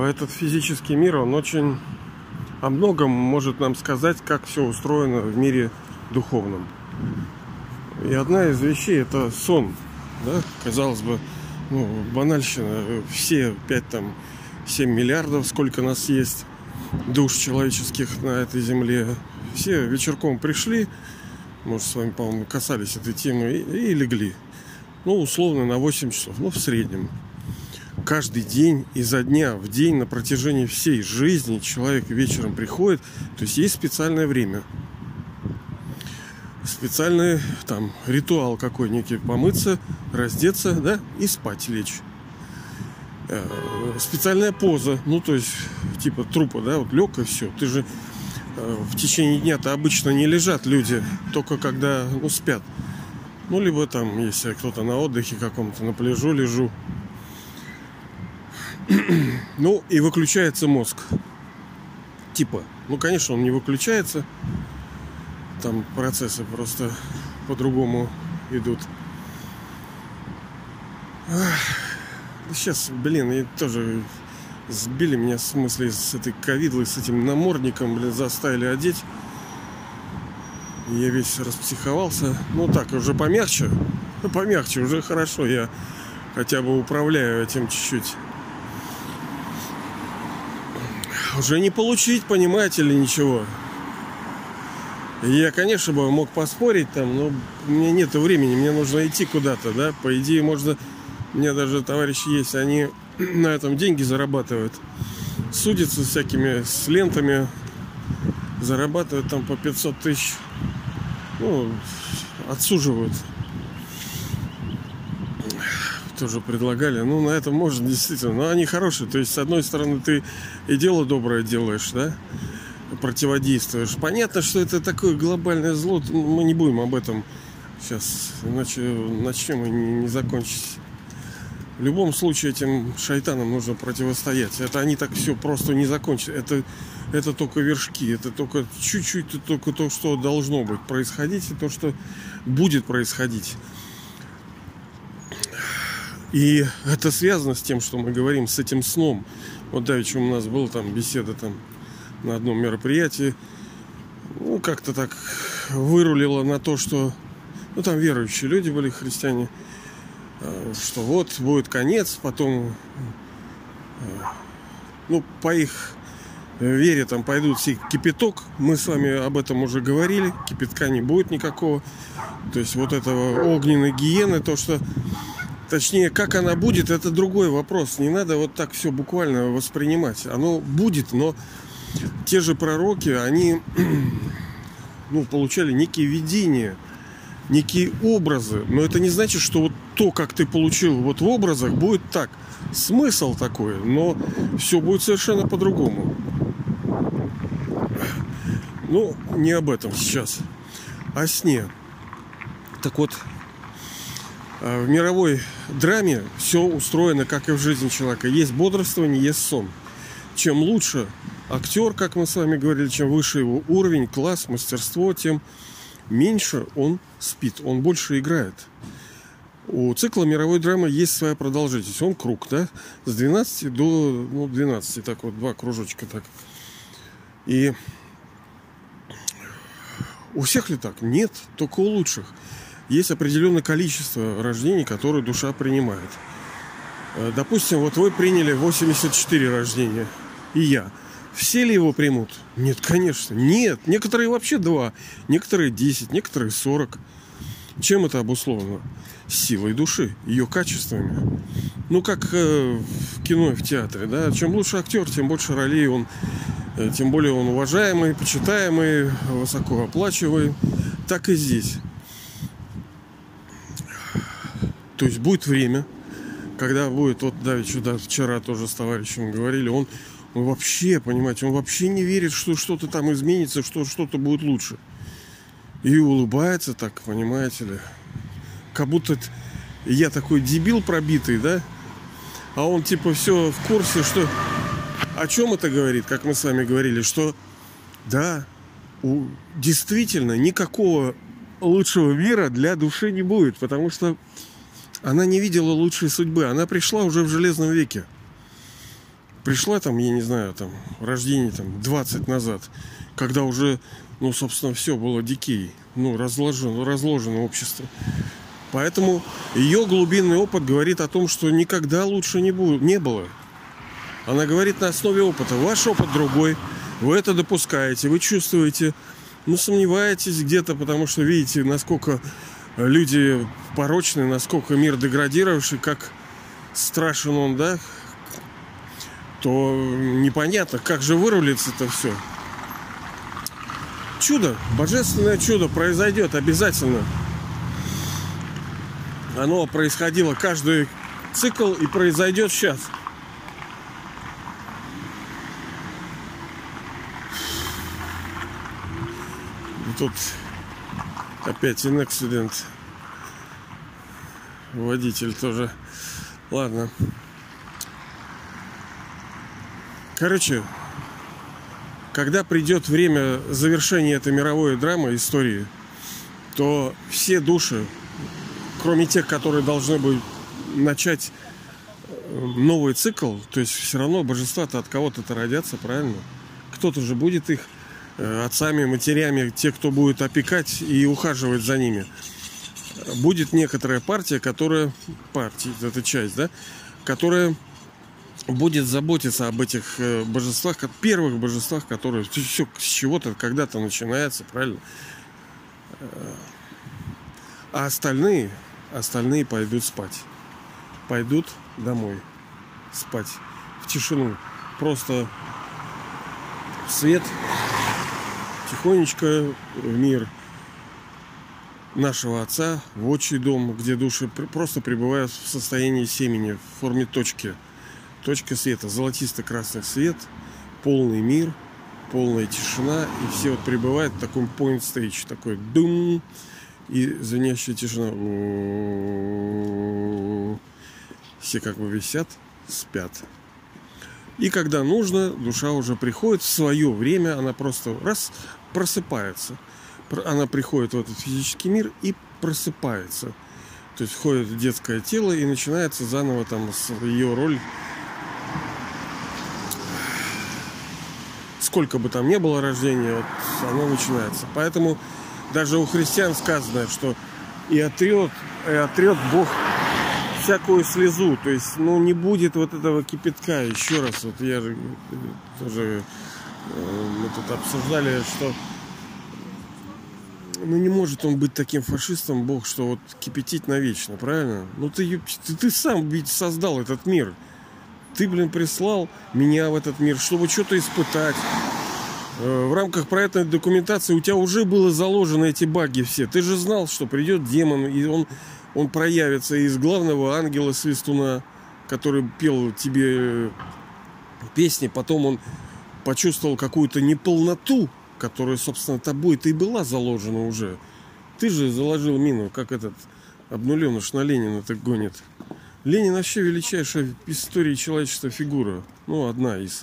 этот физический мир, он очень о многом может нам сказать, как все устроено в мире духовном. И одна из вещей — это сон. Да? Казалось бы, банальщина. Все 7 миллиардов, сколько нас есть, душ человеческих на этой земле, все вечерком пришли, может, с вами, по-моему, касались этой темы, и легли. Условно, на 8 часов, в среднем. Каждый день, изо дня в день, на протяжении всей жизни человек вечером приходит, то есть специальное время. Специальный ритуал какой некий: помыться, раздеться, да, и спать лечь. Специальная поза, то есть типа трупа, да, вот лег и все. Ты же в течение дня-то обычно не лежат люди, только когда спят. Либо если кто-то на отдыхе каком-то, на пляжу лежу. И выключается мозг. Конечно, он не выключается. Там процессы просто по-другому идут. Сейчас, и тоже сбили меня, в смысле, с этой ковидлой, с этим намордником, заставили одеть. Я весь распсиховался. Так, уже помягче. Помягче, уже хорошо. Я хотя бы управляю этим чуть-чуть. Уже не получить, понимаете ли, ничего. Я, конечно, бы мог поспорить но у меня нет времени, мне нужно идти куда-то, да. По идее, можно... У меня даже товарищи есть, они на этом деньги зарабатывают. Судятся с всякими, с лентами. Зарабатывают по 500 тысяч. Отсуживают. Тоже предлагали. На этом можно действительно. Но они хорошие. То есть, с одной стороны, ты и дело доброе делаешь, да? Противодействуешь. Понятно, что это такое глобальное зло. Мы не будем об этом сейчас. Иначе начнем и не закончить. В любом случае этим шайтанам нужно противостоять. Это они так все просто не закончат. Это только вершки. Это только чуть-чуть, только то, что должно быть происходить, и то, что будет происходить. И это связано с тем, что мы говорим, с этим сном. Вот давеча у нас была беседа на одном мероприятии. Как-то так вырулило на то, что... там верующие люди были, христиане. Что вот будет конец, потом по их вере пойдут все кипяток. Мы с вами об этом уже говорили. Кипятка не будет никакого. То есть вот этого огненной гиены, то, что... Точнее, как она будет, это другой вопрос. Не надо вот так все буквально воспринимать. Оно будет, но те же пророки, они получали некие видения, некие образы. Но это не значит, что вот то, как ты получил в образах, будет так. Смысл такой, но все будет совершенно по-другому. Не об этом сейчас. О сне. Так вот, в мировой драме все устроено, как и в жизни человека. Есть бодрствование, есть сон. Чем лучше актер, как мы с вами говорили, чем выше его уровень, класс, мастерство, тем меньше он спит, он больше играет. У цикла мировой драмы есть своя продолжительность. Он круг, да? С 12 до 12. Так вот, 2 кружочка так. И у всех ли так? Нет, только у лучших. Есть определенное количество рождений, которые душа принимает. Допустим, вот вы приняли 84 рождения, и я. Все ли его примут? Нет, конечно. Нет. Некоторые вообще 2, некоторые 10, некоторые 40. Чем это обусловлено? Силой души, ее качествами. Как в кино и в театре, да? Чем лучше актер, тем больше ролей он, тем более он уважаемый, почитаемый, высокооплачиваемый. Так и здесь. То есть будет время, когда будет, вчера тоже с товарищем говорили, он вообще, понимаете, он вообще не верит, что что-то там изменится, что что-то будет лучше. И улыбается так, понимаете ли. Как будто я такой дебил пробитый, да? А он все в курсе, что... О чем это говорит, как мы с вами говорили, что да, действительно никакого лучшего мира для души не будет, потому что она не видела лучшей судьбы. Она пришла уже в Железном веке. пришла там, я не знаю, там, рождение там 20 назад, когда уже, ну, собственно, все было дикей, ну, разложено общество. Поэтому ее глубинный опыт говорит о том, что никогда лучше не было. Она говорит на основе опыта. Ваш опыт другой. Вы это допускаете, вы чувствуете, ну, сомневаетесь где-то, потому что видите, насколько люди порочны, насколько мир деградировавший, как страшен он, да, то непонятно, как же вырулится это все. Чудо, божественное чудо произойдет обязательно. Оно происходило каждый цикл и произойдет сейчас. И тут опять инцидент. Водитель тоже. Ладно. Короче, когда придет время завершения этой мировой драмы, истории, то все души, кроме тех, которые должны будут начать новый цикл, то есть все равно божества-то от кого-то родятся, правильно? Кто-то же будет их отцами, матерями, те, кто будет опекать и ухаживать за ними. Будет некоторая партия, которая... Партия, это часть, да? Которая будет заботиться об этих божествах, первых божествах, которые все с чего-то когда-то начинается, правильно? А остальные пойдут спать. Пойдут домой спать. В тишину. Просто в свет. Тихонечко в мир нашего Отца, в отчий дом, где души просто пребывают в состоянии семени, в форме точки. Точка света. Золотисто-красный свет. Полный мир. Полная тишина. И все вот пребывают в таком point stage. Такой дум. И звенящая тишина. Все как бы висят, спят. И когда нужно, душа уже приходит в свое время, она просто раз просыпается. Она приходит в этот физический мир и просыпается. То есть входит в детское тело и начинается заново там ее роль. Сколько бы там ни было рождения, вот оно начинается. Поэтому даже у христиан сказано, что и отрет Бог всякую слезу. То есть, ну, не будет вот этого кипятка. Еще раз, вот я же тоже, мы тут обсуждали, что ну не может он быть таким фашистом, Бог, что вот кипятить навечно, правильно? Ну ты сам ведь создал этот мир. Ты, прислал меня в этот мир, чтобы что-то испытать. В рамках проектной документации у тебя уже было заложено эти баги все. Ты же знал, что придет демон, и он проявится из главного ангела Свистуна, который пел тебе песни. Потом он почувствовал какую-то неполноту, которая, собственно, тобой-то и была заложена уже. Ты же заложил мину, как этот обнуленыш на Ленина-то гонит. Ленин вообще величайшая в истории человечества фигура. Ну, одна из.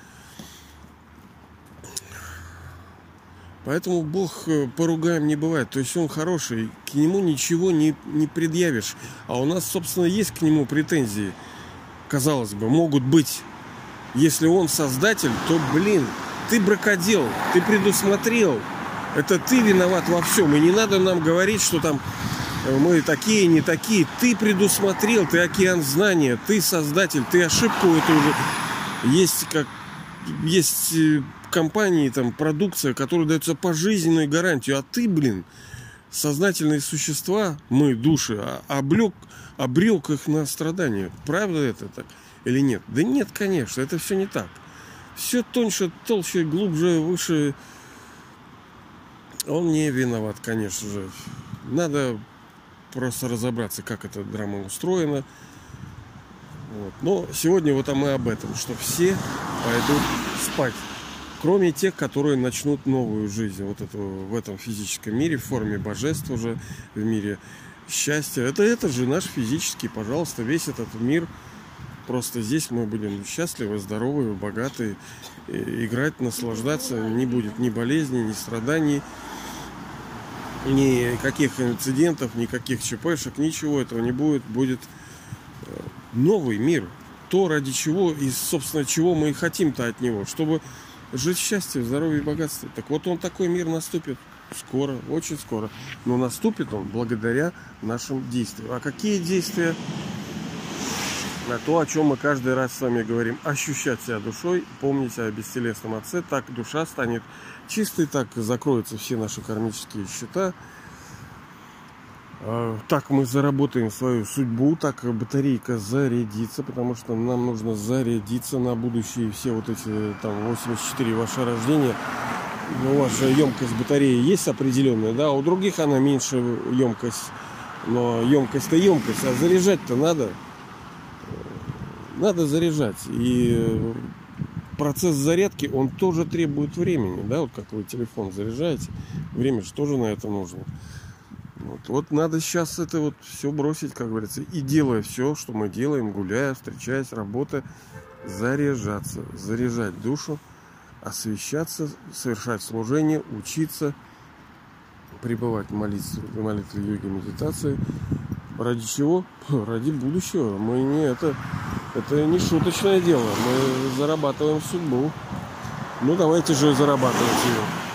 Поэтому Бог поругаем не бывает. То есть он хороший, к нему ничего не предъявишь. А у нас, собственно, есть к нему претензии. Казалось бы, могут быть. Если он создатель, то, ты бракодел, ты предусмотрел. Это ты виноват во всем. И не надо нам говорить, что там мы такие, не такие. Ты предусмотрел, ты океан знания, ты создатель, ты ошибку эту уже. Есть компании, там, продукция, которая дается пожизненную гарантию. А ты, сознательные существа, мы, души, обрек их на страдания. Правда это так или нет? Да нет, конечно, это все не так. Все тоньше, толще, глубже, выше. Он не виноват, конечно же. Надо просто разобраться, как эта драма устроена. Вот. Но сегодня вот мы об этом, что все пойдут спать. Кроме тех, которые начнут новую жизнь вот в этом физическом мире, в форме божеств уже, в мире счастья. Это же наш физический, пожалуйста, весь этот мир. Просто здесь мы будем счастливы, здоровы, богаты, играть, наслаждаться. Не будет ни болезней, ни страданий, никаких инцидентов, никаких ЧПшек, ничего этого не будет. Будет новый мир. то, ради чего и, собственно, чего мы и хотим-то от него, чтобы жить в счастье, в здоровье и богатстве. Так вот, он такой мир наступит скоро, очень скоро. Но наступит он благодаря нашим действиям. А какие действия? На то, о чем мы каждый раз с вами говорим. Ощущать себя душой, помнить о бестелесном Отце. Так душа станет чистой, так закроются все наши кармические счета. Так мы заработаем свою судьбу, так батарейка зарядится, потому что нам нужно зарядиться на будущее. Все вот эти там 84 ваше рождение, у вас же емкость батареи есть определенная, да, у других она меньше емкость, но емкость-то емкость, а заряжать-то надо. Надо заряжать. И процесс зарядки, он тоже требует времени, да, вот как вы телефон заряжаете, время же тоже на это нужно. Вот надо сейчас это вот все бросить, как говорится, и делая все, что мы делаем, гуляя, встречаясь, работая, заряжаться, заряжать душу, освещаться, совершать служение, учиться, пребывать в молитве, йоге, медитации. Ради чего? Ради будущего. Мы не это не шуточное дело. Мы зарабатываем судьбу. Ну давайте же зарабатывать ее.